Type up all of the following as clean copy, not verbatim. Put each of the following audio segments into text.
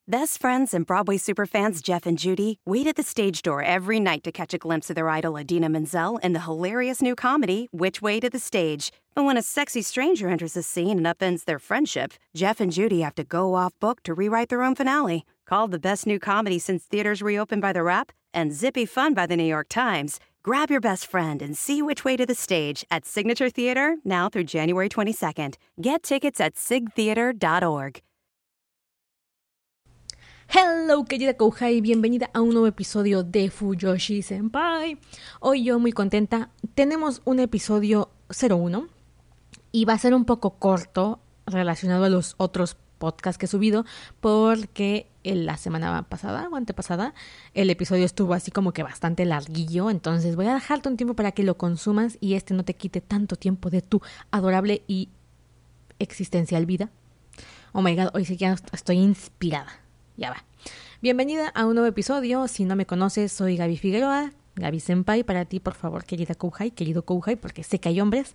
Best friends and Broadway superfans Jeff and Judy wait at the stage door every night to catch a glimpse of their idol Idina Menzel in the hilarious new comedy, Which Way to the Stage. But when a sexy stranger enters the scene and upends their friendship, Jeff and Judy have to go off-book to rewrite their own finale. Called the best new comedy since theaters reopened by The Wrap and zippy fun by The New York Times, grab your best friend and see Which Way to the Stage at Signature Theater now through January 22nd. Get tickets at sigtheater.org. Hello, querida Kouhai, bienvenida a un nuevo episodio de Fuyoshi Senpai. Hoy yo muy contenta, tenemos un episodio 01 y va a ser un poco corto relacionado a los otros podcasts que he subido porque la semana pasada o antepasada el episodio estuvo así como que bastante larguillo, entonces voy a dejarte un tiempo para que lo consumas y no te quite tanto tiempo de tu adorable y existencial vida. Oh my god, hoy sí que estoy inspirada. Ya va. Bienvenida a un nuevo episodio. Si no me conoces, soy Gaby Figueroa, Gaby Senpai para ti, por favor, querida Kouhai, querido Kouhai, porque sé que hay hombres.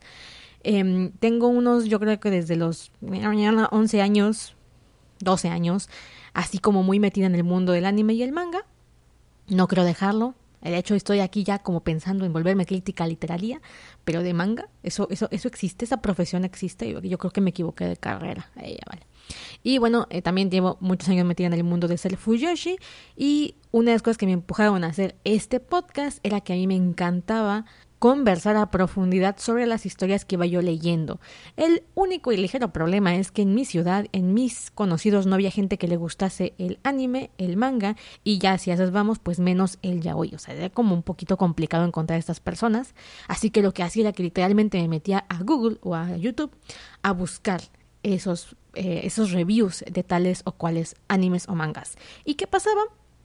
Tengo unos, yo creo que desde los 11 años, 12 años, así como muy metida en el mundo del anime y el manga. No quiero dejarlo. De hecho, estoy aquí ya como pensando en volverme crítica literaria, pero de manga, eso existe, esa profesión existe. Yo creo que me equivoqué de carrera. Ya vale. Y bueno, también llevo muchos años metida en el mundo de ser Fuyoshi y una de las cosas que me empujaron a hacer este podcast era que a mí me encantaba conversar a profundidad sobre las historias que iba yo leyendo. El único y ligero problema es que en mi ciudad, en mis conocidos, no había gente que le gustase el anime, el manga, y ya si a esas vamos, pues menos el yaoi. O sea, era como un poquito complicado encontrar a estas personas. Así que lo que hacía era que literalmente me metía a Google o a YouTube a buscar esos reviews de tales o cuales animes o mangas. ¿Y qué pasaba?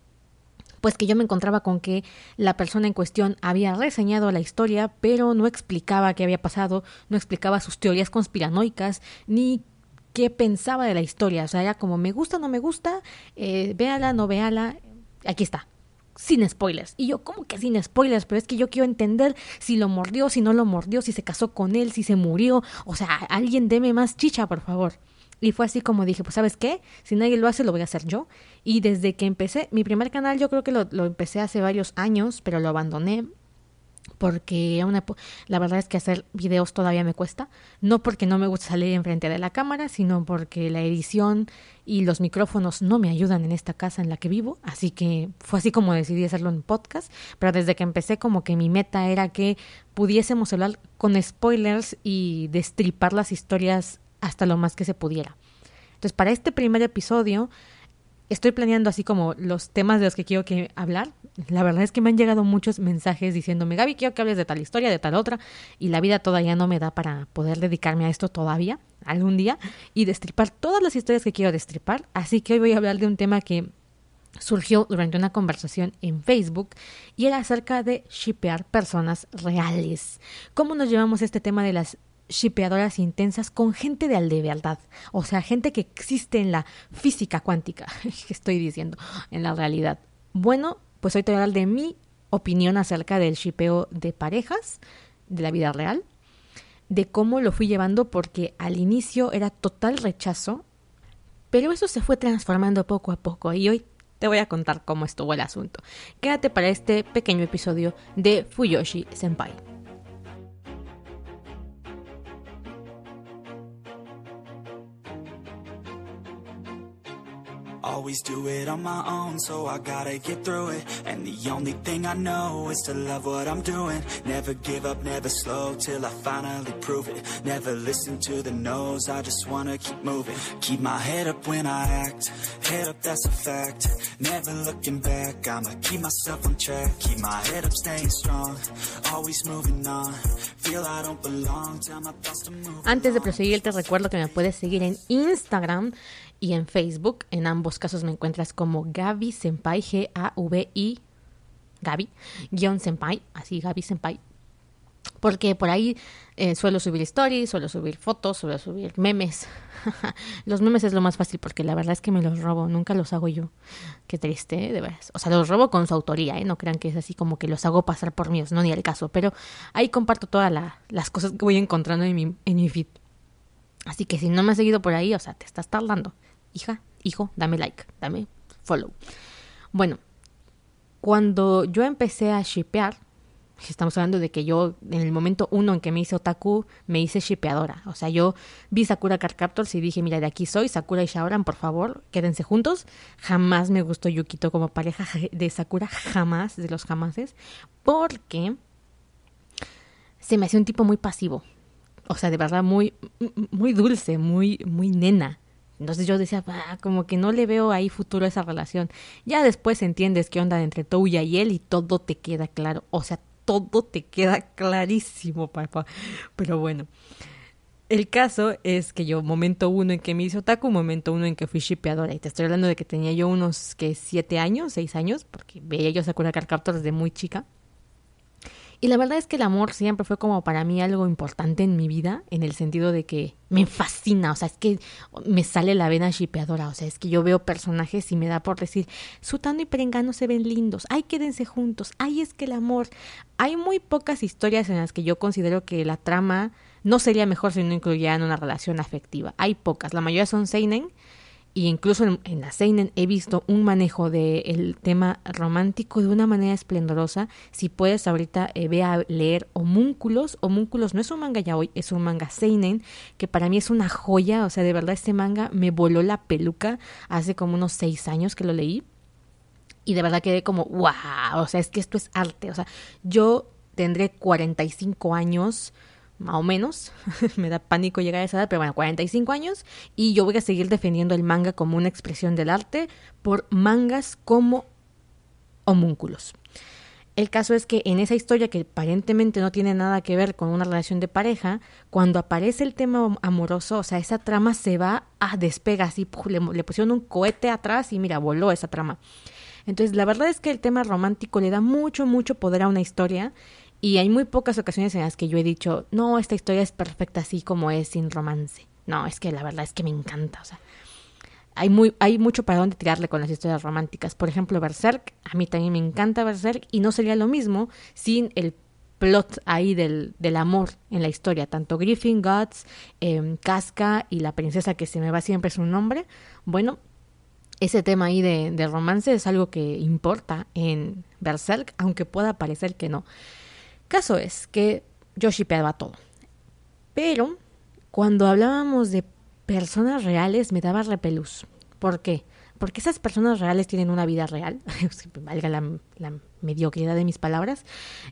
Pues que yo me encontraba con que la persona en cuestión había reseñado la historia, pero no explicaba qué había pasado, no explicaba sus teorías conspiranoicas, ni qué pensaba de la historia. O sea, era como, me gusta, no me gusta, véala, no véala, aquí está, sin spoilers. Y yo, ¿cómo que sin spoilers? Pero es que yo quiero entender si lo mordió, si no lo mordió, si se casó con él, si se murió. O sea, alguien deme más chicha, por favor. Y fue así como dije, pues ¿sabes qué? Si nadie lo hace, lo voy a hacer yo. Y desde que empecé, mi primer canal yo creo que lo empecé hace varios años, pero lo abandoné porque la verdad es que hacer videos todavía me cuesta. No porque no me gusta salir enfrente de la cámara, sino porque la edición y los micrófonos no me ayudan en esta casa en la que vivo. Así que fue así como decidí hacerlo en podcast. Pero desde que empecé como que mi meta era que pudiésemos hablar con spoilers y destripar las historias hasta lo más que se pudiera. Entonces, para este primer episodio estoy planeando así como los temas de los que quiero hablar. La verdad es que me han llegado muchos mensajes diciéndome, Gaby, quiero que hables de tal historia, de tal otra, y la vida todavía no me da para poder dedicarme a esto todavía, algún día, y destripar todas las historias que quiero destripar. Así que hoy voy a hablar de un tema que surgió durante una conversación en Facebook y era acerca de shippear personas reales. ¿Cómo nos llevamos este tema de las shippeadoras intensas con gente de verdad? O sea, gente que existe en la física cuántica, que estoy diciendo, en la realidad. Bueno, pues hoy te voy a hablar de mi opinión acerca del shippeo de parejas, de la vida real, de cómo lo fui llevando, porque al inicio era total rechazo, pero eso se fue transformando poco a poco y hoy te voy a contar cómo estuvo el asunto. Quédate para este pequeño episodio de Fuyoshi Senpai. Always do it on my own, so I gotta get through it. And the only thing I know is to love what I'm doing. Never give up, never slow, till I finally prove it. Never listen to the no's, I just wanna keep moving. Keep my head up when I act, head up, that's a fact. Never looking back, I'ma keep myself on track. Keep my head up, staying strong, always moving on. Feel I don't belong, tell my thoughts to move. Antes de proseguir, te recuerdo que me puedes seguir en Instagram y en Facebook. En ambos casos me encuentras como Gaby Senpai, Gavi, Gaby, Senpai, así Gaby Senpai. Porque por ahí suelo subir stories, suelo subir fotos, suelo subir memes. Los memes es lo más fácil porque la verdad es que me los robo, nunca los hago yo. Qué triste, de veras. O sea, los robo con su autoría, no crean que es así como que los hago pasar por míos, no, ni al caso. Pero ahí comparto todas las cosas que voy encontrando en mi feed. Así que si no me has seguido por ahí, o sea, te estás tardando. Hija, hijo, dame like, dame follow. Bueno, cuando yo empecé a shippear, estamos hablando de que yo en el momento 1 en que me hice otaku, me hice shippeadora. O sea, yo vi Sakura Card Captors y dije, mira, de aquí soy, Sakura y Shaoran, por favor, quédense juntos. Jamás me gustó Yukito como pareja de Sakura, jamás, de los jamases, porque se me hacía un tipo muy pasivo. O sea, de verdad, muy dulce, muy nena. Entonces yo decía, como que no le veo ahí futuro a esa relación. Ya después entiendes qué onda entre Touya y él y todo te queda claro. O sea, todo te queda clarísimo, papá. Pero bueno, el caso es que yo, momento 1 en que me hice otaku, momento 1 en que fui shippeadora. Y te estoy hablando de que tenía yo unos, 7 años, 6 años, porque veía yo Sakura Card Captors desde muy chica. Y la verdad es que el amor siempre fue como para mí algo importante en mi vida, en el sentido de que me fascina, o sea, es que me sale la vena shippeadora, o sea, es que yo veo personajes y me da por decir, Sutano y Perengano se ven lindos, ay, quédense juntos, ay, es que el amor. Hay muy pocas historias en las que yo considero que la trama no sería mejor si no incluyeran una relación afectiva. Hay pocas, la mayoría son seinen. Y incluso en la seinen he visto un manejo del tema romántico de una manera esplendorosa. Si puedes ahorita ve a leer Homúnculos. Homúnculos no es un manga yaoi, es un manga seinen que para mí es una joya. O sea, de verdad este manga me voló la peluca hace como unos 6 años que lo leí. Y de verdad quedé como, wow, o sea, es que esto es arte. O sea, yo tendré 45 años... más o menos, me da pánico llegar a esa edad, pero bueno, 45 años, y yo voy a seguir defendiendo el manga como una expresión del arte por mangas como Homúnculos. El caso es que en esa historia que aparentemente no tiene nada que ver con una relación de pareja, cuando aparece el tema amoroso, o sea, esa trama se va a despega así, le pusieron un cohete atrás y mira, voló esa trama. Entonces, la verdad es que el tema romántico le da mucho poder a una historia. Y hay muy pocas ocasiones en las que yo he dicho, no, esta historia es perfecta así como es, sin romance. No, es que la verdad es que me encanta, o sea, hay mucho para dónde tirarle con las historias románticas. Por ejemplo, Berserk, a mí también me encanta Berserk y no sería lo mismo sin el plot ahí del amor en la historia. Tanto Griffin, Guts, Casca y la princesa que se me va siempre su nombre. Bueno, ese tema ahí de romance es algo que importa en Berserk, aunque pueda parecer que no. Caso es que yo shippeaba todo. Pero cuando hablábamos de personas reales me daba repelús. ¿Por qué? Porque esas personas reales tienen una vida real. Valga la mediocridad de mis palabras.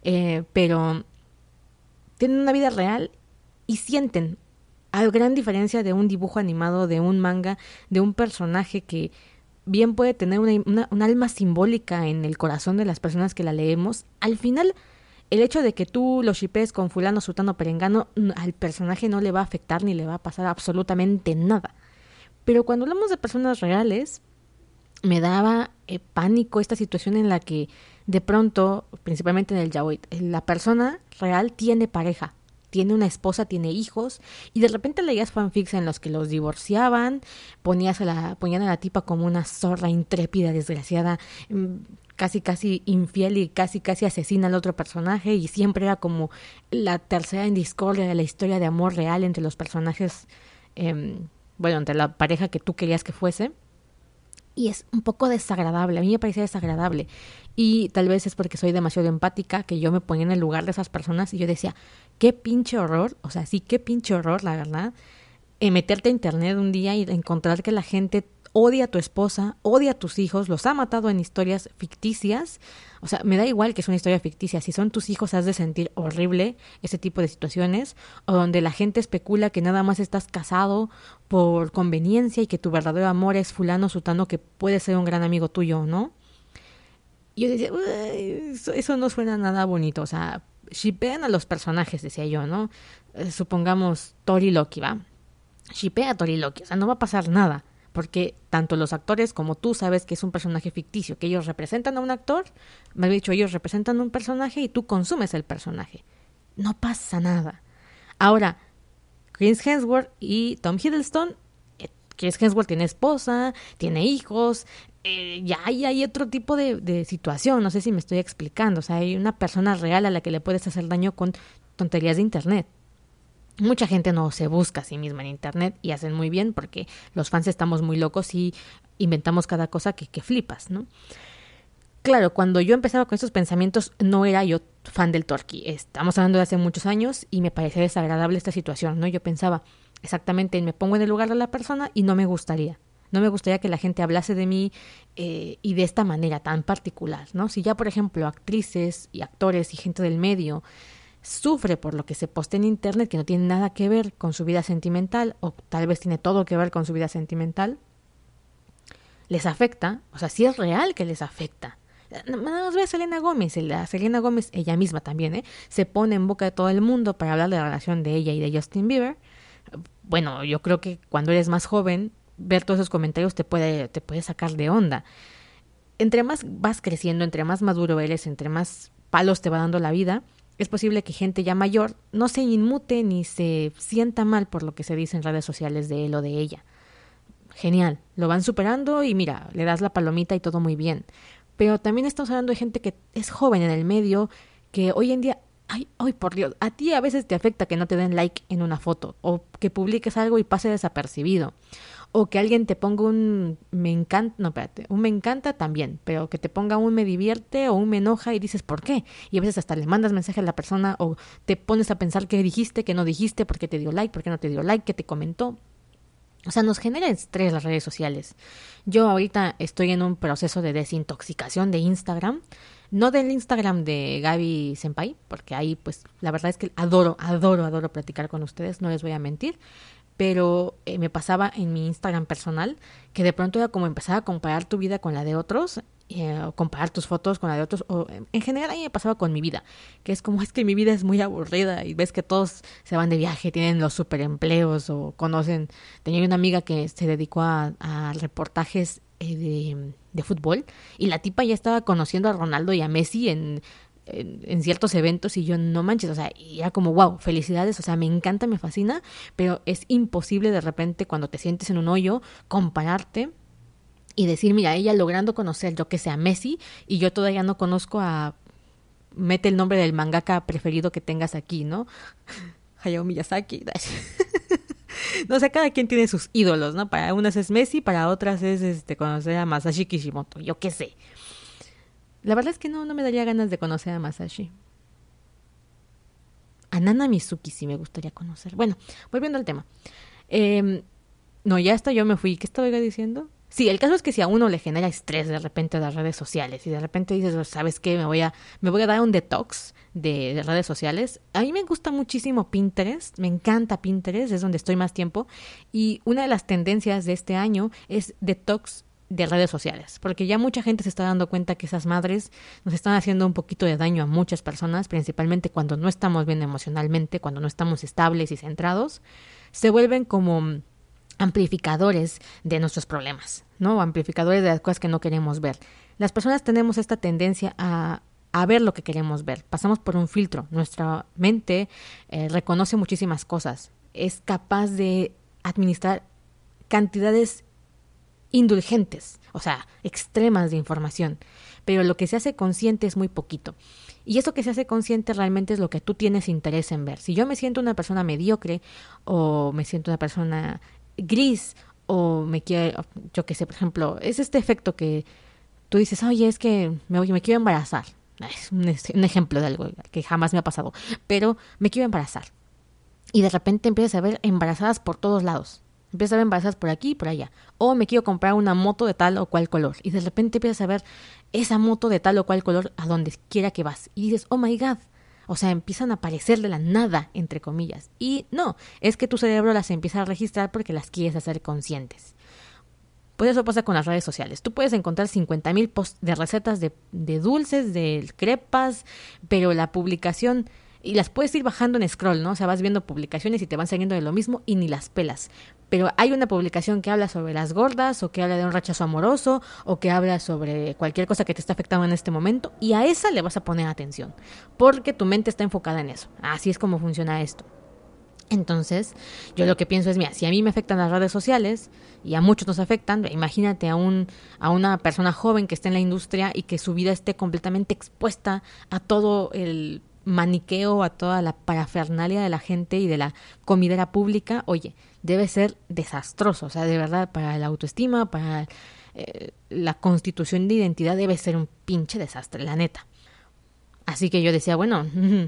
Pero tienen una vida real y sienten. A gran diferencia de un dibujo animado, de un manga, de un personaje que bien puede tener un alma simbólica en el corazón de las personas que la leemos. Al final... el hecho de que tú lo shippees con fulano, sutano, perengano, al personaje no le va a afectar ni le va a pasar absolutamente nada. Pero cuando hablamos de personas reales, me daba pánico esta situación en la que de pronto, principalmente en el yaoi, la persona real tiene pareja, tiene una esposa, tiene hijos, y de repente leías fanfics en los que los divorciaban, ponían a la tipa como una zorra intrépida, desgraciada, casi infiel y casi asesina al otro personaje, y siempre era como la tercera en discordia de la historia de amor real entre los personajes, entre la pareja que tú querías que fuese. Y es un poco desagradable, a mí me parecía desagradable. Y tal vez es porque soy demasiado empática, que yo me ponía en el lugar de esas personas y yo decía, qué pinche horror, o sea, sí, qué pinche horror, la verdad, meterte a internet un día y encontrar que la gente odia a tu esposa, odia a tus hijos, los ha matado en historias ficticias. O sea, me da igual que es una historia ficticia. Si son tus hijos, has de sentir horrible ese tipo de situaciones, o donde la gente especula que nada más estás casado por conveniencia y que tu verdadero amor es fulano, sutano, que puede ser un gran amigo tuyo, ¿no? Y yo decía, eso no suena nada bonito. O sea, shippeen a los personajes, decía yo, ¿no? Supongamos Tori Loki, ¿va? Shippea a Tori Loki, o sea, no va a pasar nada. Porque tanto los actores como tú sabes que es un personaje ficticio, que ellos representan a un actor, me había dicho, ellos representan un personaje y tú consumes el personaje. No pasa nada. Ahora, Chris Hemsworth y Tom Hiddleston, Chris Hemsworth tiene esposa, tiene hijos, ya hay otro tipo de situación, no sé si me estoy explicando, o sea, hay una persona real a la que le puedes hacer daño con tonterías de internet. Mucha gente no se busca a sí misma en internet y hacen muy bien porque los fans estamos muy locos y inventamos cada cosa que flipas, ¿no? Claro, cuando yo empezaba con estos pensamientos no era yo fan del Torquí. Estamos hablando de hace muchos años y me parecía desagradable esta situación, ¿no? Yo pensaba exactamente, me pongo en el lugar de la persona y no me gustaría. No me gustaría que la gente hablase de mí y de esta manera tan particular, ¿no? Si ya, por ejemplo, actrices y actores y gente del medio sufre por lo que se postea en internet que no tiene nada que ver con su vida sentimental o tal vez tiene todo que ver con su vida sentimental, les afecta, o sea, sí es real que les afecta. Nos ve a Selena Gómez, Selena Gómez, ella misma también, se pone en boca de todo el mundo para hablar de la relación de ella y de Justin Bieber. Bueno, yo creo que cuando eres más joven, ver todos esos comentarios te puede sacar de onda. Entre más vas creciendo, entre más maduro eres, entre más palos te va dando la vida, es posible que gente ya mayor no se inmute ni se sienta mal por lo que se dice en redes sociales de él o de ella. Genial, lo van superando y mira, le das la palomita y todo muy bien. Pero también estamos hablando de gente que es joven en el medio, que hoy en día, ay, por Dios, a ti a veces te afecta que no te den like en una foto, o que publiques algo y pase desapercibido, o que alguien te ponga un me encanta también, pero que te ponga un me divierte o un me enoja y dices ¿por qué? Y a veces hasta le mandas mensaje a la persona o te pones a pensar qué dijiste, qué no dijiste, por qué te dio like, por qué no te dio like, qué te comentó. O sea, nos genera estrés las redes sociales. Yo ahorita estoy en un proceso de desintoxicación de Instagram. No del Instagram de Gaby Senpai, porque ahí pues la verdad es que adoro platicar con ustedes, no les voy a mentir. Pero me pasaba en mi Instagram personal que de pronto era como empezar a comparar tu vida con la de otros, o comparar tus fotos con la de otros, o en general a mí me pasaba con mi vida, que es como es que mi vida es muy aburrida y ves que todos se van de viaje, tienen los super empleos o conocen. Tenía una amiga que se dedicó a reportajes de fútbol y la tipa ya estaba conociendo a Ronaldo y a Messi en ciertos eventos y yo no manches, o sea, y era como wow, felicidades, o sea, me encanta, me fascina, pero es imposible de repente cuando te sientes en un hoyo compararte y decir, mira, ella logrando conocer, yo que sé, a Messi y yo todavía no conozco a, mete el nombre del mangaka preferido que tengas aquí, ¿no? Hayao Miyazaki. No sé, cada quien tiene sus ídolos, ¿no? Para unas es Messi, para otras es conocer a Masashi Kishimoto, yo qué sé. La verdad es que no me daría ganas de conocer a Masashi. A Nana Mizuki sí me gustaría conocer. Bueno, volviendo al tema. No, ya hasta yo me fui. ¿Qué estaba diciendo? Sí, el caso es que si a uno le genera estrés de repente las redes sociales y de repente dices, ¿sabes qué? Me voy a dar un detox de redes sociales. A mí me gusta muchísimo Pinterest. Me encanta Pinterest. Es donde estoy más tiempo. Y una de las tendencias de este año es detox de redes sociales, porque ya mucha gente se está dando cuenta que esas madres nos están haciendo un poquito de daño a muchas personas, principalmente cuando no estamos bien emocionalmente, cuando no estamos estables y centrados, se vuelven como amplificadores de nuestros problemas, ¿no? Amplificadores de las cosas que no queremos ver. Las personas tenemos esta tendencia a ver lo que queremos ver. Pasamos por un filtro. Nuestra mente reconoce muchísimas cosas. Es capaz de administrar cantidades indulgentes, o sea, extremas de información, pero lo que se hace consciente es muy poquito. Y eso que se hace consciente realmente es lo que tú tienes interés en ver. Si yo me siento una persona mediocre o me siento una persona gris o me quiero, yo qué sé, por ejemplo, es este efecto que tú dices, oye, es que me quiero embarazar. Es un ejemplo de algo que jamás me ha pasado, pero me quiero embarazar. Y de repente empiezas a ver embarazadas por todos lados. Empiezas a ver embarazadas por aquí y por allá. O me quiero comprar una moto de tal o cual color. Y de repente empiezas a ver esa moto de tal o cual color a donde quiera que vas. Y dices, oh my God. O sea, empiezan a aparecer de la nada, entre comillas. Y no, es que tu cerebro las empieza a registrar porque las quieres hacer conscientes. Pues eso pasa con las redes sociales. Tú puedes encontrar 50,000 posts de recetas de dulces, de crepas, pero la publicación... Y las puedes ir bajando en scroll, ¿no? O sea, vas viendo publicaciones y te van saliendo de lo mismo y ni las pelas. Pero hay una publicación que habla sobre las gordas o que habla de un rechazo amoroso o que habla sobre cualquier cosa que te está afectando en este momento y a esa le vas a poner atención porque tu mente está enfocada en eso. Así es como funciona esto. Entonces, yo lo que pienso es, mira, si a mí me afectan las redes sociales y a muchos nos afectan, imagínate a una persona joven que esté en la industria y que su vida esté completamente expuesta a todo el maniqueo, a toda la parafernalia de la gente y de la comidera pública, oye, debe ser desastroso. O sea, de verdad, para la autoestima, para la constitución de identidad debe ser un pinche desastre, la neta. Así que yo decía, bueno,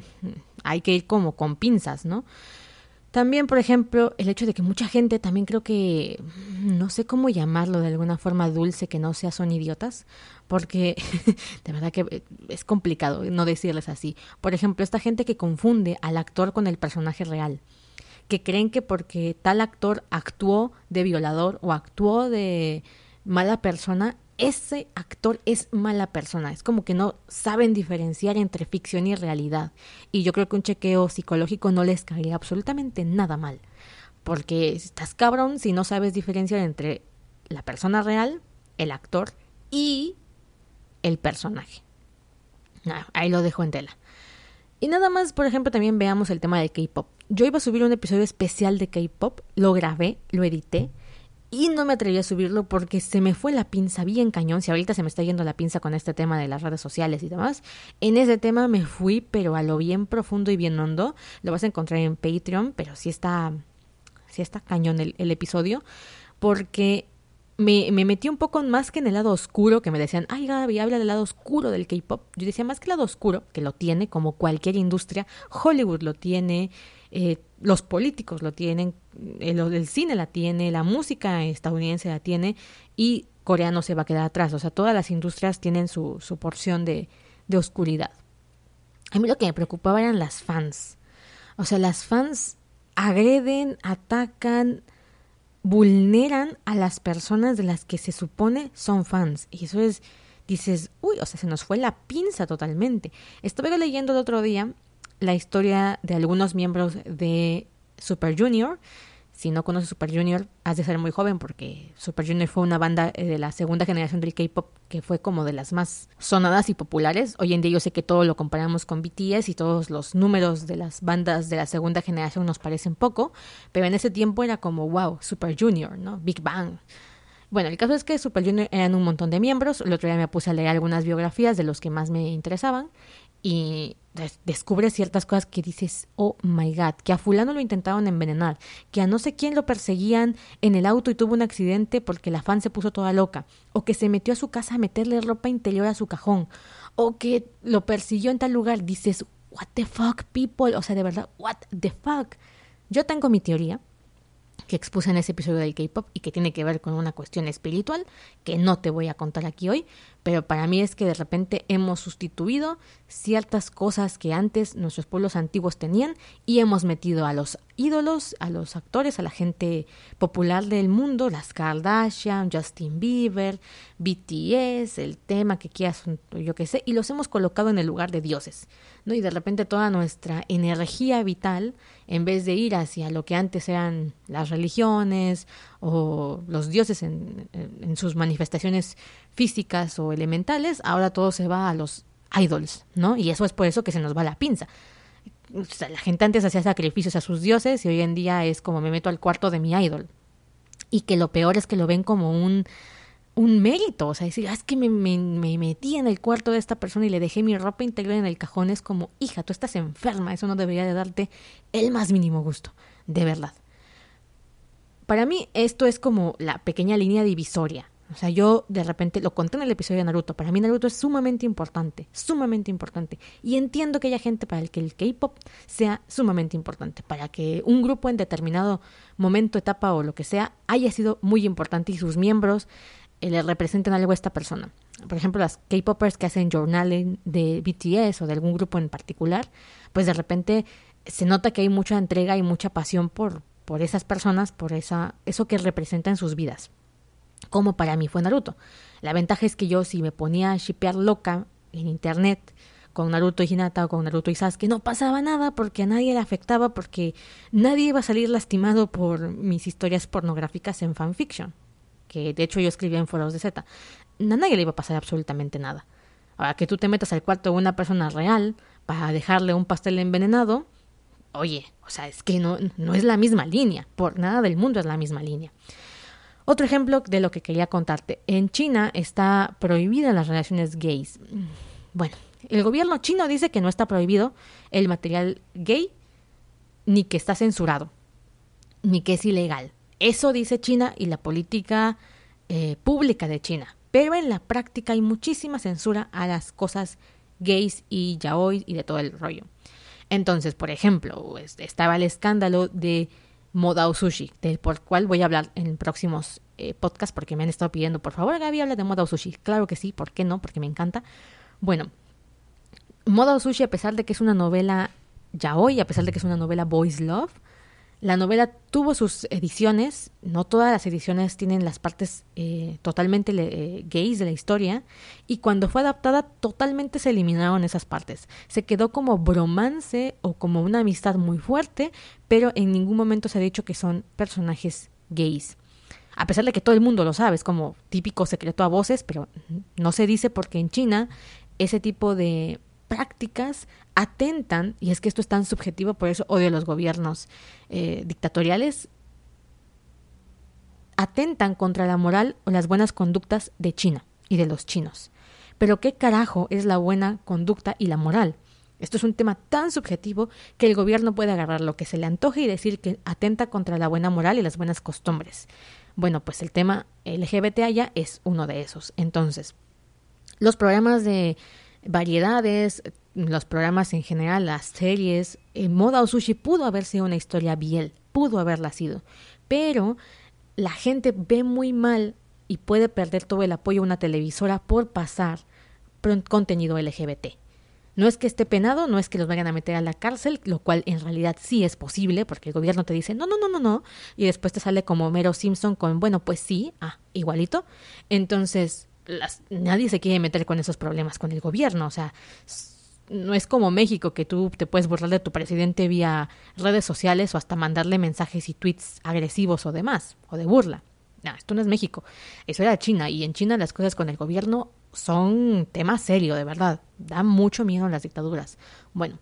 hay que ir como con pinzas, ¿no? También, por ejemplo, el hecho de que mucha gente también creo que, no sé cómo llamarlo de alguna forma dulce, que no sea son idiotas, porque de verdad que es complicado no decirles así. Por ejemplo, esta gente que confunde al actor con el personaje real, que creen que porque tal actor actuó de violador o actuó de mala persona, ese actor es mala persona. Es como que no saben diferenciar entre ficción y realidad. Y yo creo que un chequeo psicológico no les caería absolutamente nada mal. Porque estás cabrón si no sabes diferenciar entre la persona real, el actor y el personaje. Ahí lo dejo en tela. Y nada más, por ejemplo, también veamos el tema del K-pop. Yo iba a subir un episodio especial de K-pop, lo grabé, lo edité, y no me atreví a subirlo porque se me fue la pinza bien cañón. Si ahorita se me está yendo la pinza con este tema de las redes sociales y demás, en ese tema me fui, pero a lo bien profundo y bien hondo. Lo vas a encontrar en Patreon, pero sí está cañón el episodio, porque me metí un poco más que en el lado oscuro, que me decían, ay Gaby, habla del lado oscuro del K-pop. Yo decía, más que el lado oscuro, que lo tiene como cualquier industria, Hollywood lo tiene, los políticos lo tienen, el cine la tiene, la música estadounidense la tiene, y Corea no se va a quedar atrás. O sea, todas las industrias tienen su porción de oscuridad. A mí lo que me preocupaba eran las fans. O sea, las fans agreden, atacan, vulneran a las personas de las que se supone son fans. Y eso es, dices, uy, o sea, se nos fue la pinza totalmente. Estuve leyendo el otro día la historia de algunos miembros de Super Junior. Si no conoces Super Junior, has de ser muy joven, porque Super Junior fue una banda de la segunda generación del K-pop que fue como de las más sonadas y populares. Hoy en día yo sé que todo lo comparamos con BTS y todos los números de las bandas de la segunda generación nos parecen poco, pero en ese tiempo era como, wow, Super Junior, ¿no? Big Bang. Bueno, el caso es que Super Junior eran un montón de miembros. El otro día me puse a leer algunas biografías de los que más me interesaban y descubres ciertas cosas que dices, oh my god, que a fulano lo intentaron envenenar, que a no sé quién lo perseguían en el auto y tuvo un accidente porque la fan se puso toda loca, o que se metió a su casa a meterle ropa interior a su cajón, o que lo persiguió en tal lugar. Dices, what the fuck, people, o sea, de verdad, what the fuck. Yo tengo mi teoría que expuse en ese episodio del K-pop y que tiene que ver con una cuestión espiritual que no te voy a contar aquí hoy, pero para mí es que de repente hemos sustituido ciertas cosas que antes nuestros pueblos antiguos tenían y hemos metido a los ídolos, a los actores, a la gente popular del mundo, las Kardashian, Justin Bieber, BTS, el tema que quieras, yo qué sé, y los hemos colocado en el lugar de dioses, ¿no? Y de repente toda nuestra energía vital, en vez de ir hacia lo que antes eran las religiones o los dioses en sus manifestaciones físicas o elementales, ahora todo se va a los idols, ¿no? Y eso es por eso que se nos va la pinza. O sea, la gente antes hacía sacrificios a sus dioses y hoy en día es como me meto al cuarto de mi idol. Y que lo peor es que lo ven como un mérito. O sea, decir, es que me metí en el cuarto de esta persona y le dejé mi ropa interior en el cajón. Es como, hija, tú estás enferma. Eso no debería de darte el más mínimo gusto. De verdad. Para mí esto es como la pequeña línea divisoria. O sea, yo de repente lo conté en el episodio de Naruto. Para mí Naruto es sumamente importante. Y entiendo que haya gente para el que el K-pop sea sumamente importante. Para que un grupo en determinado momento, etapa o lo que sea, haya sido muy importante y sus miembros le representen algo a esta persona. Por ejemplo, las K-popers que hacen journaling de BTS o de algún grupo en particular, pues de repente se nota que hay mucha entrega y mucha pasión por esas personas, por eso que representa en sus vidas. Como para mí fue Naruto. La ventaja es que yo, si me ponía a shippear loca en internet con Naruto y Hinata o con Naruto y Sasuke, no pasaba nada porque a nadie le afectaba, porque nadie iba a salir lastimado por mis historias pornográficas en fanfiction, que de hecho yo escribía en foros de Z. A nadie le iba a pasar absolutamente nada. Ahora, que tú te metas al cuarto de una persona real para dejarle un pastel envenenado, oye, o sea, es que no es la misma línea, por nada del mundo es la misma línea. Otro ejemplo de lo que quería contarte. En China está prohibida las relaciones gays. Bueno, El gobierno chino dice que no está prohibido el material gay, ni que está censurado, ni que es ilegal. Eso dice China y la política pública de China. Pero en la práctica hay muchísima censura a las cosas gays y yaoi y de todo el rollo. Entonces, por ejemplo, estaba el escándalo de Modao Sushi, del por cual voy a hablar en próximos podcasts porque me han estado pidiendo, por favor, Gaby, habla de Modao Sushi. Claro que sí, ¿por qué no? Porque me encanta. Bueno, Modao Sushi, a pesar de que es una novela yaoi, a pesar de que es una novela boys love, la novela tuvo sus ediciones, no todas las ediciones tienen las partes totalmente gays de la historia, y cuando fue adaptada totalmente se eliminaron esas partes. Se quedó como bromance o como una amistad muy fuerte, pero en ningún momento se ha dicho que son personajes gays. A pesar de que todo el mundo lo sabe, es como típico secreto a voces, pero no se dice porque en China ese tipo de prácticas atentan, y es que esto es tan subjetivo, por eso odio a los gobiernos dictatoriales, atentan contra la moral o las buenas conductas de China y de los chinos. Pero ¿qué carajo es la buena conducta y la moral? Esto es un tema tan subjetivo que el gobierno puede agarrar lo que se le antoje y decir que atenta contra la buena moral y las buenas costumbres. Bueno, pues el tema LGBT allá es uno de esos. Entonces, los programas de variedades, los programas en general, las series, Modao Sushi pudo haber sido una historia biel, pudo haberla sido, pero la gente ve muy mal y puede perder todo el apoyo a una televisora por pasar contenido LGBT. No es que esté penado, no es que los vayan a meter a la cárcel, lo cual en realidad sí es posible, porque el gobierno te dice no, y después te sale como Homero Simpson con, bueno, pues sí, igualito. Entonces, nadie se quiere meter con esos problemas con el gobierno, o sea, no es como México que tú te puedes burlar de tu presidente vía redes sociales o hasta mandarle mensajes y tweets agresivos o demás, o de burla. No, esto no es México, eso era China, y en China las cosas con el gobierno son tema serio, de verdad, da mucho miedo a las dictaduras. Bueno,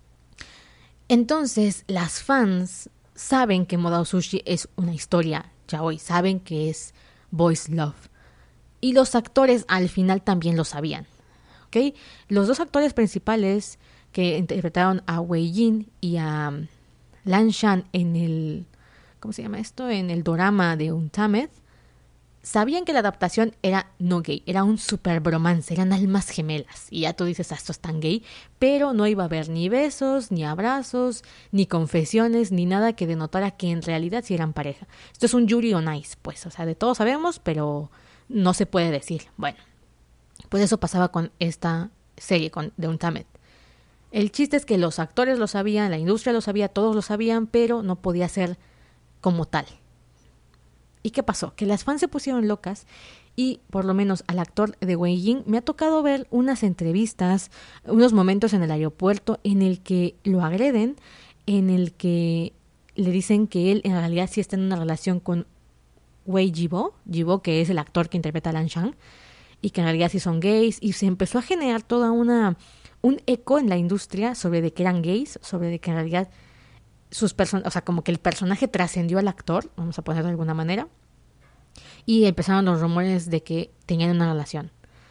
entonces las fans saben que Modao Sushi es una historia yaoi, saben que es boys love, y los actores al final también lo sabían, ¿ok? Los dos actores principales que interpretaron a Wei Jin y a Lan Shan en el, ¿cómo se llama esto? En el dorama de Untamed, sabían que la adaptación era no gay, era un super bromance, eran almas gemelas. Y ya tú dices, esto es tan gay, pero no iba a haber ni besos, ni abrazos, ni confesiones, ni nada que denotara que en realidad sí eran pareja. Esto es un Yuri on Ice, pues, o sea, de todo sabemos, pero no se puede decir. Bueno, pues eso pasaba con esta serie de Untamed. El chiste es que los actores lo sabían, la industria lo sabía, todos lo sabían, pero no podía ser como tal. ¿Y qué pasó? Que las fans se pusieron locas y por lo menos al actor de Wei Jin me ha tocado ver unas entrevistas, unos momentos en el aeropuerto en el que lo agreden, en el que le dicen que él en realidad sí está en una relación con Wei Jibo, que es el actor que interpreta a Lan Shan, y que en realidad sí son gays, y se empezó a generar toda un eco en la industria sobre de que eran gays, sobre de que en realidad o sea, como que el personaje trascendió al actor, vamos a ponerlo de alguna manera, y empezaron los rumores de que tenían una relación.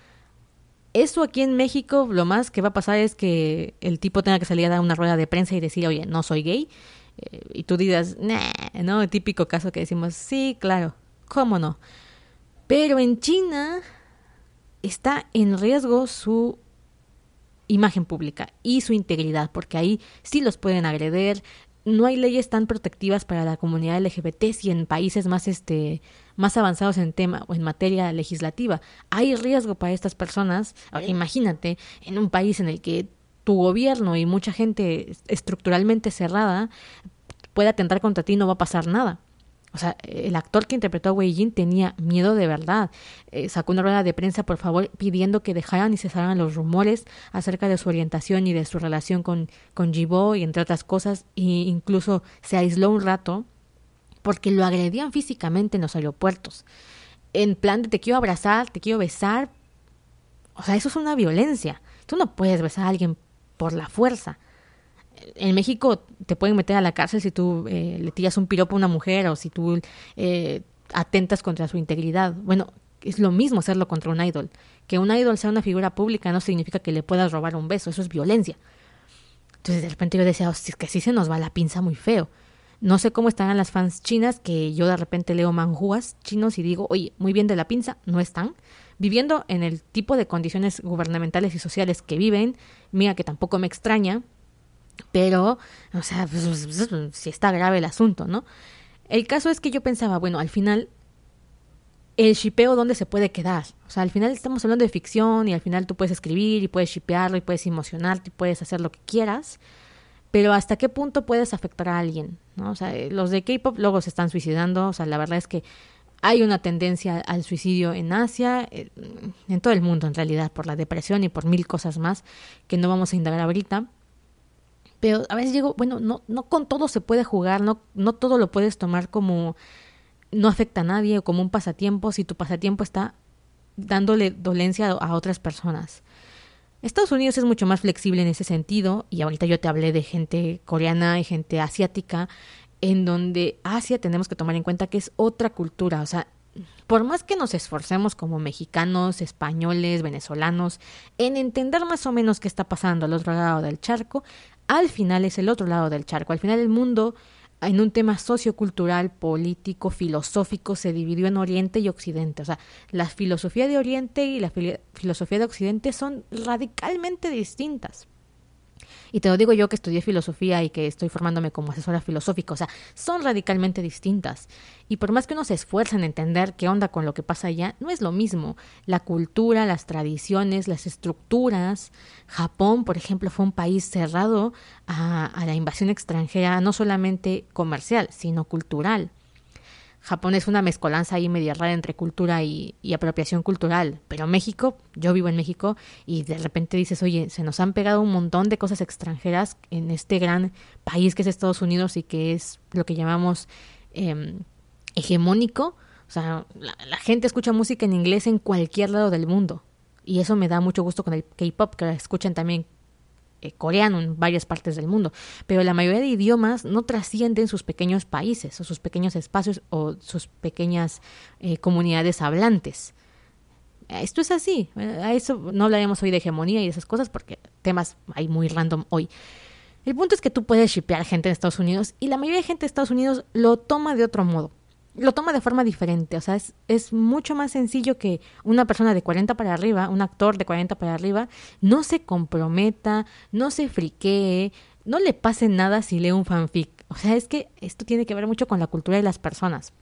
Eso aquí en México, lo más que va a pasar es que el tipo tenga que salir a dar una rueda de prensa y decir, oye, no soy gay, y tú digas, nah, ¿no? El típico caso que decimos, sí, claro, ¿cómo no? Pero en China está en riesgo su imagen pública y su integridad, porque ahí sí los pueden agredir. No hay leyes tan protectivas para la comunidad LGBT si en países más avanzados en tema o en materia legislativa hay riesgo para estas personas. Ahora imagínate en un país en el que tu gobierno y mucha gente estructuralmente cerrada puede atentar contra ti, no va a pasar nada. O sea, el actor que interpretó a Wei Jin tenía miedo de verdad. Sacó una rueda de prensa, por favor, pidiendo que dejaran y cesaran los rumores acerca de su orientación y de su relación con Jibo y entre otras cosas. E incluso se aisló un rato porque lo agredían físicamente en los aeropuertos. En plan de te quiero abrazar, te quiero besar. O sea, eso es una violencia. Tú no puedes besar a alguien por la fuerza. En México te pueden meter a la cárcel si tú le tiras un piropo a una mujer o si tú atentas contra su integridad. Bueno, es lo mismo hacerlo contra un idol. Que un idol sea una figura pública no significa que le puedas robar un beso, eso es violencia. Entonces de repente yo decía, es que sí se nos va la pinza muy feo. No sé cómo estarán las fans chinas, que yo de repente leo manhúas chinos y digo, oye, muy bien de la pinza, no están. Viviendo en el tipo de condiciones gubernamentales y sociales que viven, mira que tampoco me extraña, pero, o sea, pues, sí está grave el asunto, ¿no? El caso es que yo pensaba, bueno, al final, el shippeo, ¿dónde se puede quedar? O sea, al final estamos hablando de ficción y al final tú puedes escribir y puedes shippearlo y puedes emocionarte y puedes hacer lo que quieras, pero ¿hasta qué punto puedes afectar a alguien? ¿No? O sea, los de K-pop luego se están suicidando, o sea, la verdad es que hay una tendencia al suicidio en Asia, en todo el mundo en realidad, por la depresión y por mil cosas más que no vamos a indagar ahorita. Pero a veces digo, bueno, no con todo se puede jugar, no todo lo puedes tomar como no afecta a nadie o como un pasatiempo si tu pasatiempo está dándole dolencia a otras personas. Estados Unidos es mucho más flexible en ese sentido y ahorita yo te hablé de gente coreana y gente asiática, en donde Asia tenemos que tomar en cuenta que es otra cultura, o sea, por más que nos esforcemos como mexicanos, españoles, venezolanos, en entender más o menos qué está pasando al otro lado del charco, al final es el otro lado del charco. Al final el mundo, en un tema sociocultural, político, filosófico, se dividió en Oriente y Occidente. O sea, la filosofía de Oriente y la filosofía de Occidente son radicalmente distintas. Y te lo digo yo que estudié filosofía y que estoy formándome como asesora filosófica, o sea, son radicalmente distintas. Y por más que uno se esfuerza en entender qué onda con lo que pasa allá, no es lo mismo. La cultura, las tradiciones, las estructuras. Japón, por ejemplo, fue un país cerrado a la invasión extranjera, no solamente comercial, sino cultural. Japón es una mezcolanza ahí media rara entre cultura y apropiación cultural. Pero México, yo vivo en México y de repente dices, oye, se nos han pegado un montón de cosas extranjeras en este gran país que es Estados Unidos y que es lo que llamamos hegemónico. O sea, la gente escucha música en inglés en cualquier lado del mundo. Y eso me da mucho gusto con el K-pop, que escuchan también coreano en varias partes del mundo, pero la mayoría de idiomas no trascienden sus pequeños países o sus pequeños espacios o sus pequeñas comunidades hablantes. Esto es así. A eso no hablaremos hoy de hegemonía y de esas cosas porque temas hay muy random hoy. El punto es que tú puedes shippear gente en Estados Unidos y la mayoría de gente de Estados Unidos lo toma de otro modo. Lo toma de forma diferente, o sea, es mucho más sencillo que una persona de 40 para arriba, un actor de 40 para arriba, no se comprometa, no se friquee, no le pase nada si lee un fanfic. O sea, es que esto tiene que ver mucho con la cultura de las personas.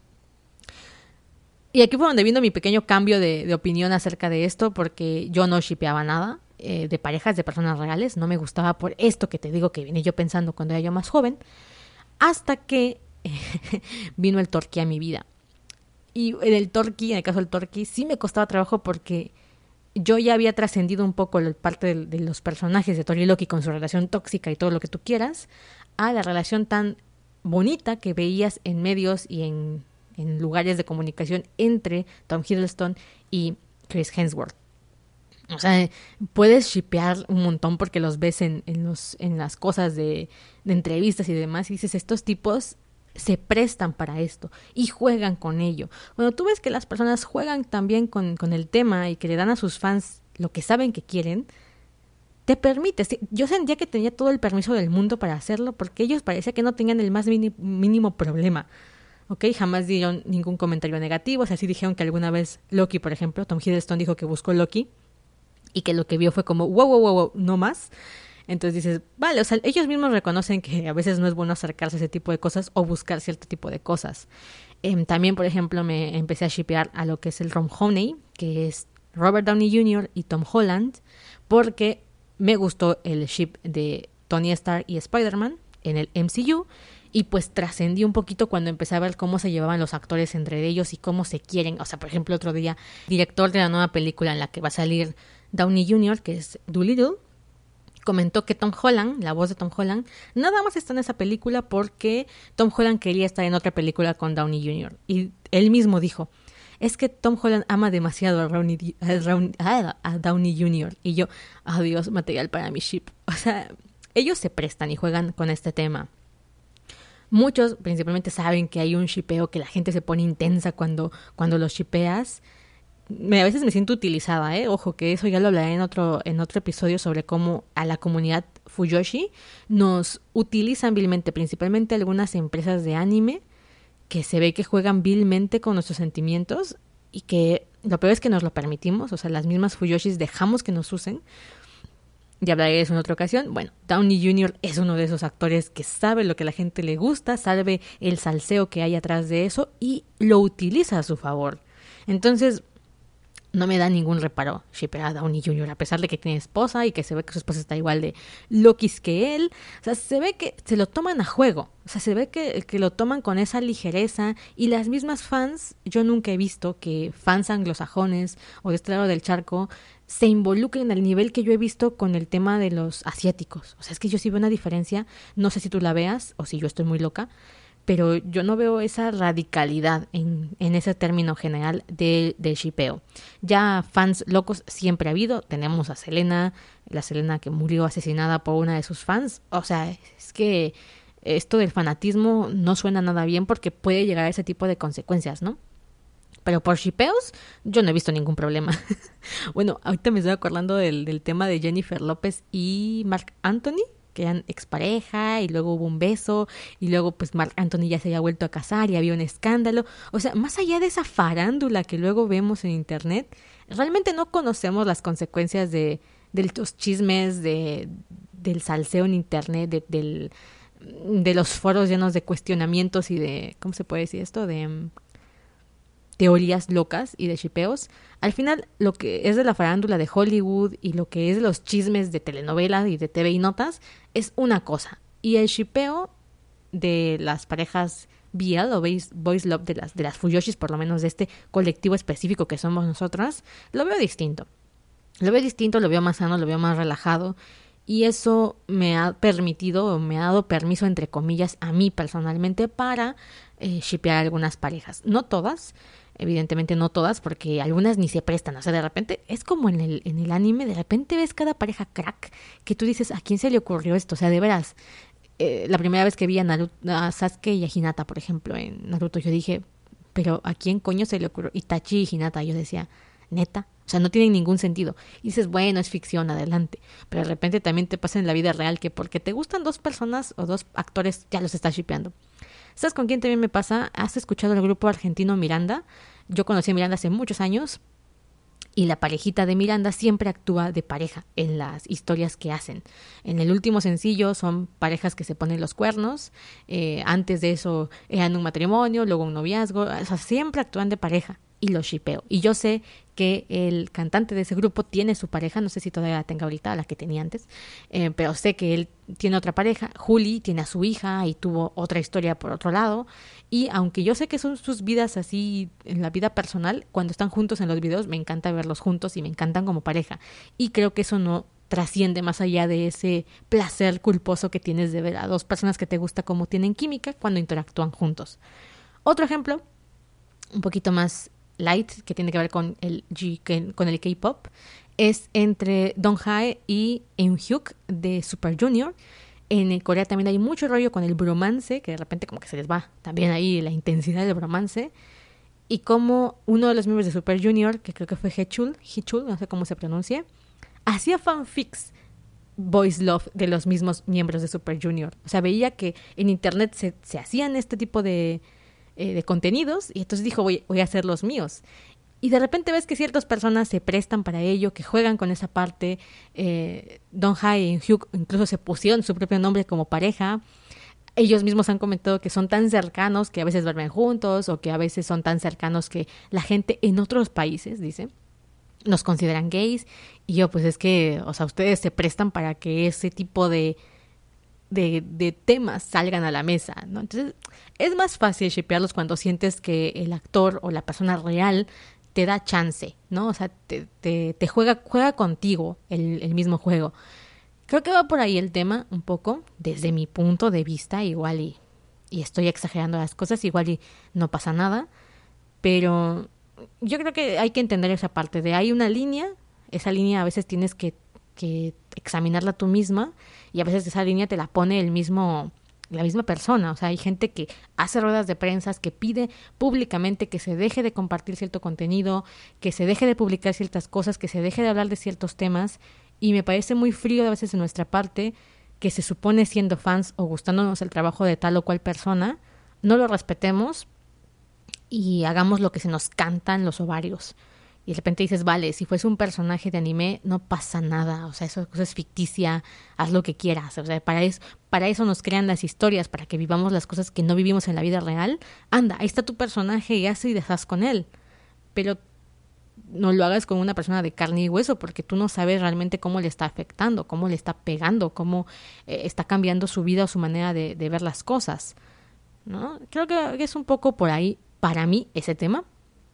Y aquí fue donde vino mi pequeño cambio de opinión acerca de esto, porque yo no shippeaba nada de parejas, de personas reales, no me gustaba por esto que te digo que vine yo pensando cuando era yo más joven, hasta que vino el Torqui a mi vida. Y en el caso del Torqui, sí me costaba trabajo porque yo ya había trascendido un poco la parte de los personajes de Tori y Loki con su relación tóxica y todo lo que tú quieras, a la relación tan bonita que veías en medios y en lugares de comunicación entre Tom Hiddleston y Chris Hemsworth. O sea, puedes shippear un montón porque los ves en las cosas de entrevistas y demás y dices, estos tipos se prestan para esto y juegan con ello. Cuando tú ves que las personas juegan también con el tema y que le dan a sus fans lo que saben que quieren, te permite. Yo sentía que tenía todo el permiso del mundo para hacerlo porque ellos parecía que no tenían el más mínimo problema. ¿Ok? Jamás dieron ningún comentario negativo. O sea, sí dijeron que alguna vez Loki, por ejemplo, Tom Hiddleston dijo que buscó Loki y que lo que vio fue como wow, no más. Entonces dices, vale, o sea, ellos mismos reconocen que a veces no es bueno acercarse a ese tipo de cosas o buscar cierto tipo de cosas. También, por ejemplo, me empecé a shippear a lo que es el Rom Honey, que es Robert Downey Jr. y Tom Holland, porque me gustó el ship de Tony Stark y Spider-Man en el MCU, y pues trascendí un poquito cuando empecé a ver cómo se llevaban los actores entre ellos y cómo se quieren. O sea, por ejemplo, otro día, director de la nueva película en la que va a salir Downey Jr., que es Dolittle, comentó que Tom Holland, la voz de Tom Holland, nada más está en esa película porque Tom Holland quería estar en otra película con Downey Jr. Y él mismo dijo, es que Tom Holland ama demasiado a Downey Jr. Y yo, adiós, material para mi ship. O sea, ellos se prestan y juegan con este tema. Muchos principalmente saben que hay un shippeo, que la gente se pone intensa cuando los shippeas. a veces me siento utilizada, ojo, que eso ya lo hablaré en otro episodio sobre cómo a la comunidad Fuyoshi nos utilizan vilmente, principalmente algunas empresas de anime que se ve que juegan vilmente con nuestros sentimientos y que lo peor es que nos lo permitimos, o sea, las mismas Fuyoshis dejamos que nos usen. Ya hablaré de eso en otra ocasión. Bueno, Downey Jr. es uno de esos actores que sabe lo que a la gente le gusta, sabe el salseo que hay atrás de eso y lo utiliza a su favor. Entonces, no me da ningún reparo shippear a Downey Jr. a pesar de que tiene esposa y que se ve que su esposa está igual de loquis que él. O sea, se ve que se lo toman a juego. O sea, se ve que lo toman con esa ligereza y las mismas fans, yo nunca he visto que fans anglosajones o de este lado del charco se involucren al nivel que yo he visto con el tema de los asiáticos. O sea, es que yo sí veo una diferencia, no sé si tú la veas o si yo estoy muy loca, pero yo no veo esa radicalidad en ese término general de shippeo. Ya fans locos siempre ha habido. Tenemos a Selena, la Selena que murió asesinada por una de sus fans. O sea, es que esto del fanatismo no suena nada bien porque puede llegar a ese tipo de consecuencias, ¿no? Pero por shippeos yo no he visto ningún problema. Bueno, ahorita me estoy acordando del tema de Jennifer López y Marc Anthony, que eran expareja y luego hubo un beso y luego pues Marc Anthony ya se había vuelto a casar y había un escándalo. O sea, más allá de esa farándula que luego vemos en internet, realmente no conocemos las consecuencias de los chismes, del salseo en internet, de los foros llenos de cuestionamientos y de, ¿cómo se puede decir esto? De teorías locas y de shippeos. Al final, lo que es de la farándula de Hollywood y lo que es de los chismes de telenovelas y de TV y notas es una cosa. Y el shippeo de las parejas BL o Boys Love de las Fuyoshis, por lo menos de este colectivo específico que somos nosotras, lo veo distinto. Lo veo más sano, lo veo más relajado. Y eso me ha permitido, o me ha dado permiso, entre comillas, a mí personalmente para shippear algunas parejas. No todas, evidentemente no todas, porque algunas ni se prestan. O sea, de repente, es como en el anime, de repente ves cada pareja crack que tú dices, ¿a quién se le ocurrió esto? O sea, de veras, la primera vez que vi a Sasuke y a Hinata, por ejemplo, en Naruto, yo dije, ¿pero a quién coño se le ocurrió? Itachi y Hinata, yo decía, ¿neta? O sea, no tienen ningún sentido. Y dices, bueno, es ficción, adelante. Pero de repente también te pasa en la vida real que porque te gustan dos personas o dos actores, ya los estás shippeando. ¿Sabes con quién también me pasa? ¿Has escuchado el grupo argentino Miranda? Yo conocí a Miranda hace muchos años y la parejita de Miranda siempre actúa de pareja en las historias que hacen. En el último sencillo son parejas que se ponen los cuernos. Antes de eso eran un matrimonio, luego un noviazgo. O sea, siempre actúan de pareja. Y los shippeo. Y yo sé que el cantante de ese grupo tiene su pareja, no sé si todavía la tenga ahorita, la que tenía antes, pero sé que él tiene otra pareja. Juli tiene a su hija y tuvo otra historia por otro lado. Y aunque yo sé que son sus vidas así en la vida personal, cuando están juntos en los videos me encanta verlos juntos y me encantan como pareja. Y creo que eso no trasciende más allá de ese placer culposo que tienes de ver a dos personas que te gusta cómo tienen química cuando interactúan juntos. Otro ejemplo, un poquito más light, que tiene que ver con el K-pop, es entre Donghae y Eunhyuk de Super Junior. En Corea también hay mucho rollo con el bromance, que de repente como que se les va también ahí la intensidad del bromance. Y como uno de los miembros de Super Junior, que creo que fue Hichul, no sé cómo se pronuncia, hacía fanfics Boys Love de los mismos miembros de Super Junior. O sea, veía que en internet se hacían este tipo de contenidos y entonces dijo voy a hacer los míos. Y de repente ves que ciertas personas se prestan para ello, que juegan con esa parte. Donghae y Hyuk incluso se pusieron su propio nombre como pareja. Ellos mismos han comentado que son tan cercanos que a veces duermen juntos o que a veces son tan cercanos que la gente en otros países, dice, nos consideran gays. Y yo, pues es que, o sea, ustedes se prestan para que ese tipo de temas salgan a la mesa, ¿no? Entonces, es más fácil shippearlos cuando sientes que el actor o la persona real te da chance, ¿no? O sea, te juega contigo el mismo juego. Creo que va por ahí el tema un poco, desde mi punto de vista, igual y estoy exagerando las cosas, igual y no pasa nada, pero yo creo que hay que entender esa parte de hay una línea, esa línea a veces tienes que examinarla tú misma y a veces esa línea te la pone el mismo la misma persona. O sea, hay gente que hace ruedas de prensa, que pide públicamente que se deje de compartir cierto contenido, que se deje de publicar ciertas cosas, que se deje de hablar de ciertos temas, y me parece muy frío a veces de nuestra parte que se supone siendo fans o gustándonos el trabajo de tal o cual persona, no lo respetemos y hagamos lo que se nos cantan los ovarios. Y de repente dices, vale, si fuese un personaje de anime, no pasa nada. O sea, eso es ficticia, haz lo que quieras. O sea, para eso nos crean las historias, para que vivamos las cosas que no vivimos en la vida real. Anda, ahí está tu personaje y haz y deshaz con él. Pero no lo hagas con una persona de carne y hueso, porque tú no sabes realmente cómo le está afectando, cómo le está pegando, cómo está cambiando su vida o su manera de ver las cosas, ¿no? Creo que es un poco por ahí, para mí, ese tema.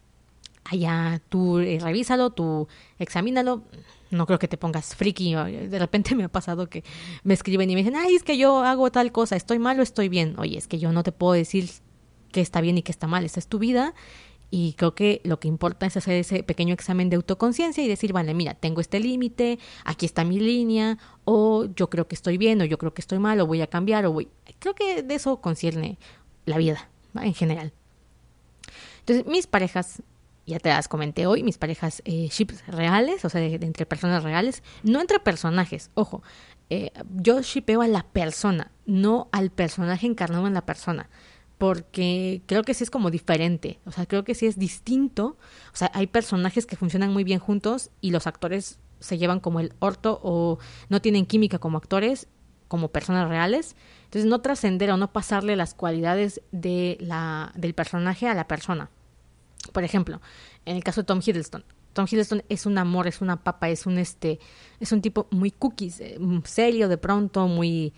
Allá tú revísalo, tú examínalo. No creo que te pongas friki. De repente me ha pasado que me escriben y me dicen, ay, es que yo hago tal cosa, ¿estoy mal o estoy bien? Oye, es que yo no te puedo decir qué está bien y qué está mal. Esa es tu vida. Y creo que lo que importa es hacer ese pequeño examen de autoconciencia y decir, vale, mira, tengo este límite, aquí está mi línea, o yo creo que estoy bien, o yo creo que estoy mal, o voy a cambiar, o voy... Creo que de eso concierne la vida, ¿no? En general. Entonces, mis parejas, ya te las comenté hoy, mis parejas ships reales, o sea, de entre personas reales, no entre personajes, ojo, yo shipeo a la persona, no al personaje encarnado en la persona, porque creo que sí es como diferente, o sea, creo que sí es distinto. O sea, hay personajes que funcionan muy bien juntos y los actores se llevan como el orto o no tienen química como actores, como personas reales. Entonces, no trascender o no pasarle las cualidades del personaje a la persona. Por ejemplo, en el caso de Tom Hiddleston. Tom Hiddleston es un amor, es una papa, es un tipo muy cookies, serio de pronto, muy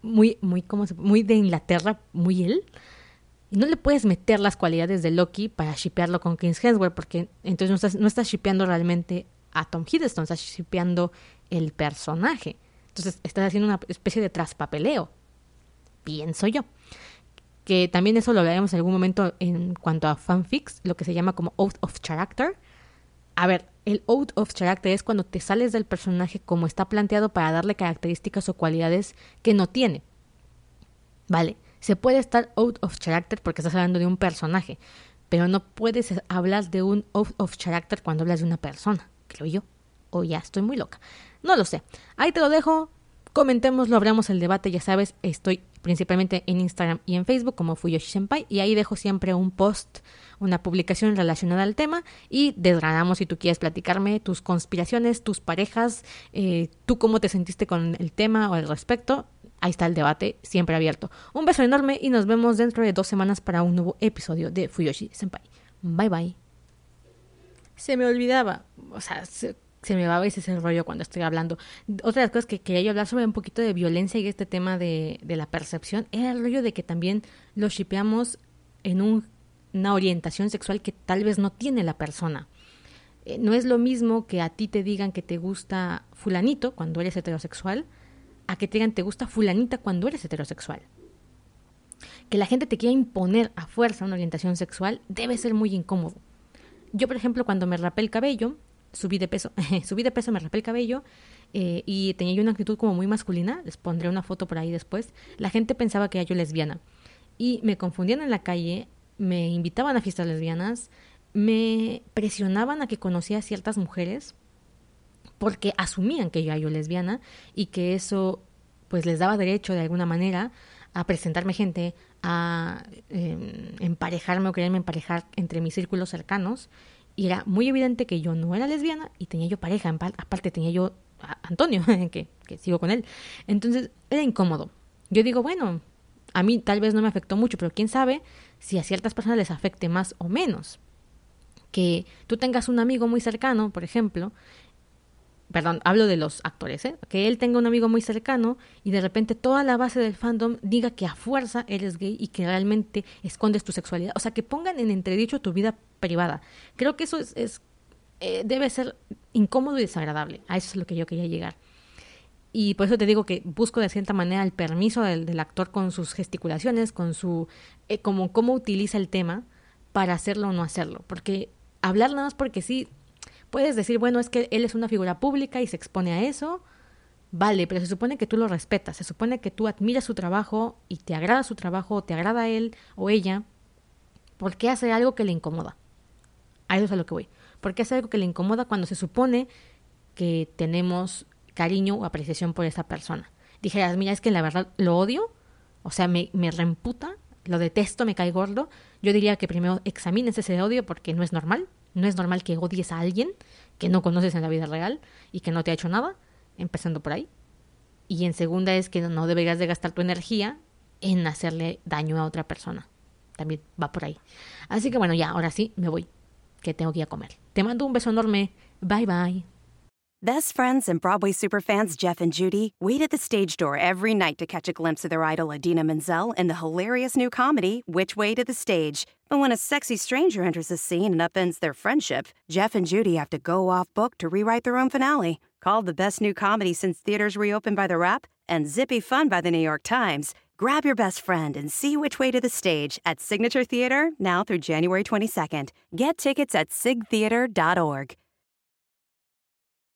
de Inglaterra, muy él. Y no le puedes meter las cualidades de Loki para shippearlo con Chris Hemsworth, porque entonces no estás shippeando realmente a Tom Hiddleston, estás shippeando el personaje. Entonces estás haciendo una especie de traspapeleo, pienso yo. Que también eso lo hablaremos en algún momento en cuanto a fanfics, lo que se llama como Oath of Character. A ver, el Oath of Character es cuando te sales del personaje como está planteado para darle características o cualidades que no tiene. Vale, se puede estar out of character porque estás hablando de un personaje, pero no puedes hablar de un out of character cuando hablas de una persona, creo yo. O ya estoy muy loca. No lo sé. Ahí te lo dejo. Comentémoslo, abramos el debate, ya sabes, estoy principalmente en Instagram y en Facebook como Fuyoshi Senpai, y ahí dejo siempre un post, una publicación relacionada al tema, y desgranamos si tú quieres platicarme tus conspiraciones, tus parejas, tú cómo te sentiste con el tema o al respecto. Ahí está el debate, siempre abierto. Un beso enorme y nos vemos dentro de 2 semanas para un nuevo episodio de Fuyoshi Senpai. Bye bye. Se me olvidaba, o sea, se me va a veces el rollo cuando estoy hablando. Otra de las cosas que quería yo hablar sobre un poquito de violencia y este tema de la percepción era el rollo de que también lo shippeamos en una orientación sexual que tal vez no tiene la persona. No es lo mismo que a ti te digan que te gusta fulanito cuando eres heterosexual, a que te digan te gusta fulanita cuando eres heterosexual. Que la gente te quiera imponer a fuerza una orientación sexual debe ser muy incómodo. Yo, por ejemplo, cuando me rapé el cabello, subí de peso, me rapé el cabello y tenía yo una actitud como muy masculina, les pondré una foto por ahí después. La gente pensaba que era yo lesbiana y me confundían en la calle, me invitaban a fiestas lesbianas, me presionaban a que conocía a ciertas mujeres porque asumían que yo era lesbiana y que eso pues les daba derecho de alguna manera a presentarme gente, a emparejarme o quererme emparejar entre mis círculos cercanos. Y era muy evidente que yo no era lesbiana y tenía yo pareja, aparte tenía yo a Antonio, que sigo con él. Entonces era incómodo. Yo digo, bueno, a mí tal vez no me afectó mucho, pero quién sabe si a ciertas personas les afecte más o menos. Que tú tengas un amigo muy cercano, por ejemplo, perdón, hablo de los actores, que él tenga un amigo muy cercano y de repente toda la base del fandom diga que a fuerza eres gay y que realmente escondes tu sexualidad. O sea, que pongan en entredicho tu vida privada. Creo que eso debe ser incómodo y desagradable. A eso es lo que yo quería llegar. Y por eso te digo que busco de cierta manera el permiso del actor con sus gesticulaciones, con su como cómo utiliza el tema para hacerlo o no hacerlo. Porque hablar nada más porque sí, puedes decir, bueno, es que él es una figura pública y se expone a eso. Vale, pero se supone que tú lo respetas, se supone que tú admiras su trabajo y te agrada su trabajo, o te agrada él o ella. ¿Por qué hacer algo que le incomoda? A eso es a lo que voy. ¿Por qué hacer algo que le incomoda cuando se supone que tenemos cariño o apreciación por esa persona? Dijeras, mira, es que la verdad lo odio, o sea, me reemputa, lo detesto, me cae gordo. Yo diría que primero examines ese odio porque no es normal. No es normal que odies a alguien que no conoces en la vida real y que no te ha hecho nada, empezando por ahí. Y en segunda es que no deberías de gastar tu energía en hacerle daño a otra persona. También va por ahí. Así que bueno, ya, ahora sí, me voy, que tengo que ir a comer. Te mando un beso enorme. Bye, bye. Best friends and Broadway superfans Jeff and Judy wait at the stage door every night to catch a glimpse of their idol Idina Menzel in the hilarious new comedy, Which Way to the Stage. But when a sexy stranger enters the scene and upends their friendship, Jeff and Judy have to go off-book to rewrite their own finale. Called the best new comedy since theaters reopened by The Wrap and zippy fun by The New York Times, grab your best friend and see Which Way to the Stage at Signature Theater now through January 22nd. Get tickets at sigtheater.org.